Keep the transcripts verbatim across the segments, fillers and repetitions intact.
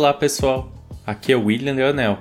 Olá pessoal, aqui é o William Leonel.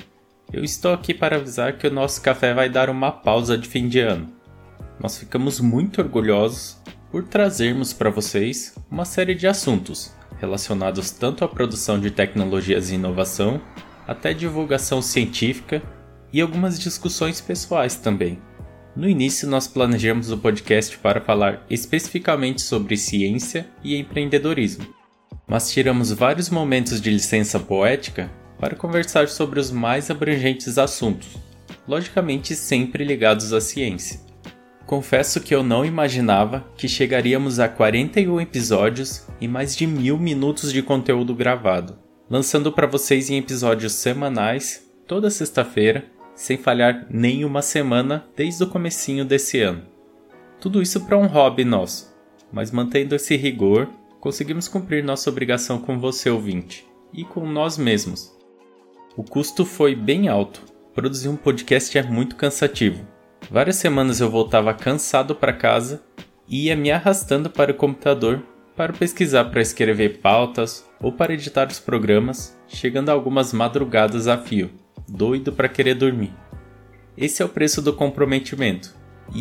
Eu estou aqui para avisar que o nosso café vai dar uma pausa de fim de ano. Nós ficamos muito orgulhosos por trazermos para vocês uma série de assuntos relacionados tanto à produção de tecnologias e inovação, até divulgação científica e algumas discussões pessoais também. No início nós planejamos o podcast para falar especificamente sobre ciência e empreendedorismo, mas tiramos vários momentos de licença poética para conversar sobre os mais abrangentes assuntos, logicamente sempre ligados à ciência. Confesso que eu não imaginava que chegaríamos a quarenta e um episódios e mais de mil minutos de conteúdo gravado, lançando para vocês em episódios semanais, toda sexta-feira, sem falhar nenhuma semana desde o comecinho desse ano. Tudo isso para um hobby nosso, mas mantendo esse rigor, conseguimos cumprir nossa obrigação com você ouvinte, e com nós mesmos. O custo foi bem alto, produzir um podcast é muito cansativo. Várias semanas eu voltava cansado para casa e ia me arrastando para o computador para pesquisar para escrever pautas ou para editar os programas, chegando a algumas madrugadas a fio, doido para querer dormir. Esse é o preço do comprometimento.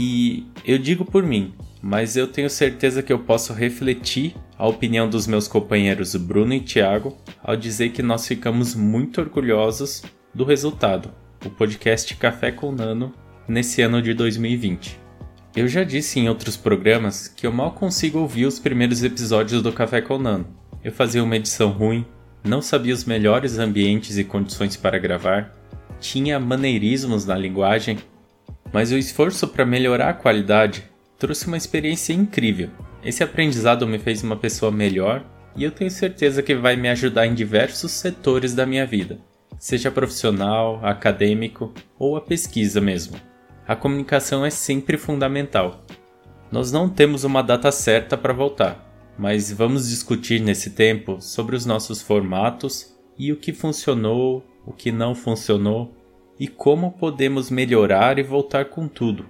E eu digo por mim, mas eu tenho certeza que eu posso refletir a opinião dos meus companheiros Bruno e Thiago ao dizer que nós ficamos muito orgulhosos do resultado, o podcast Café com Nano, nesse ano de dois mil e vinte. Eu já disse em outros programas que eu mal consigo ouvir os primeiros episódios do Café com Nano. Eu fazia uma edição ruim, não sabia os melhores ambientes e condições para gravar, tinha maneirismos na linguagem, mas o esforço para melhorar a qualidade trouxe uma experiência incrível. Esse aprendizado me fez uma pessoa melhor e eu tenho certeza que vai me ajudar em diversos setores da minha vida, seja profissional, acadêmico ou a pesquisa mesmo. A comunicação é sempre fundamental. Nós não temos uma data certa para voltar, mas vamos discutir nesse tempo sobre os nossos formatos e o que funcionou, o que não funcionou e como podemos melhorar e voltar com tudo.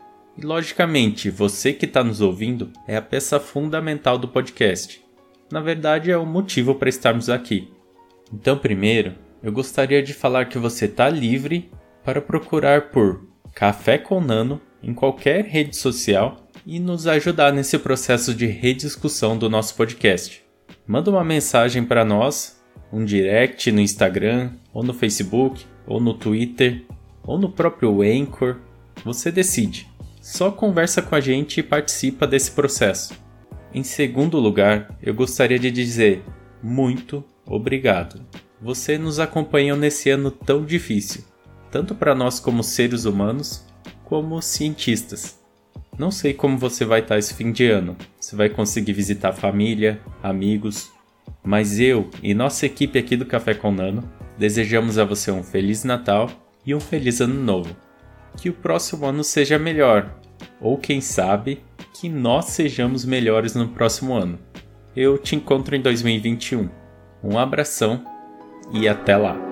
E logicamente, você que está nos ouvindo é a peça fundamental do podcast. Na verdade, é o motivo para estarmos aqui. Então, primeiro, eu gostaria de falar que você está livre para procurar por Café com Nano em qualquer rede social e nos ajudar nesse processo de rediscussão do nosso podcast. Manda uma mensagem para nós, um direct no Instagram, ou no Facebook, ou no Twitter, ou no próprio Anchor. Você decide. Só conversa com a gente e participa desse processo. Em segundo lugar, eu gostaria de dizer muito obrigado. Você nos acompanhou nesse ano tão difícil, tanto para nós como seres humanos, como cientistas. Não sei como você vai estar esse fim de ano, se vai conseguir visitar família, amigos, mas eu e nossa equipe aqui do Café com Nano desejamos a você um Feliz Natal e um Feliz Ano Novo. Que o próximo ano seja melhor, ou quem sabe, que nós sejamos melhores no próximo ano. Eu te encontro em dois mil e vinte e um. Um abração e até lá!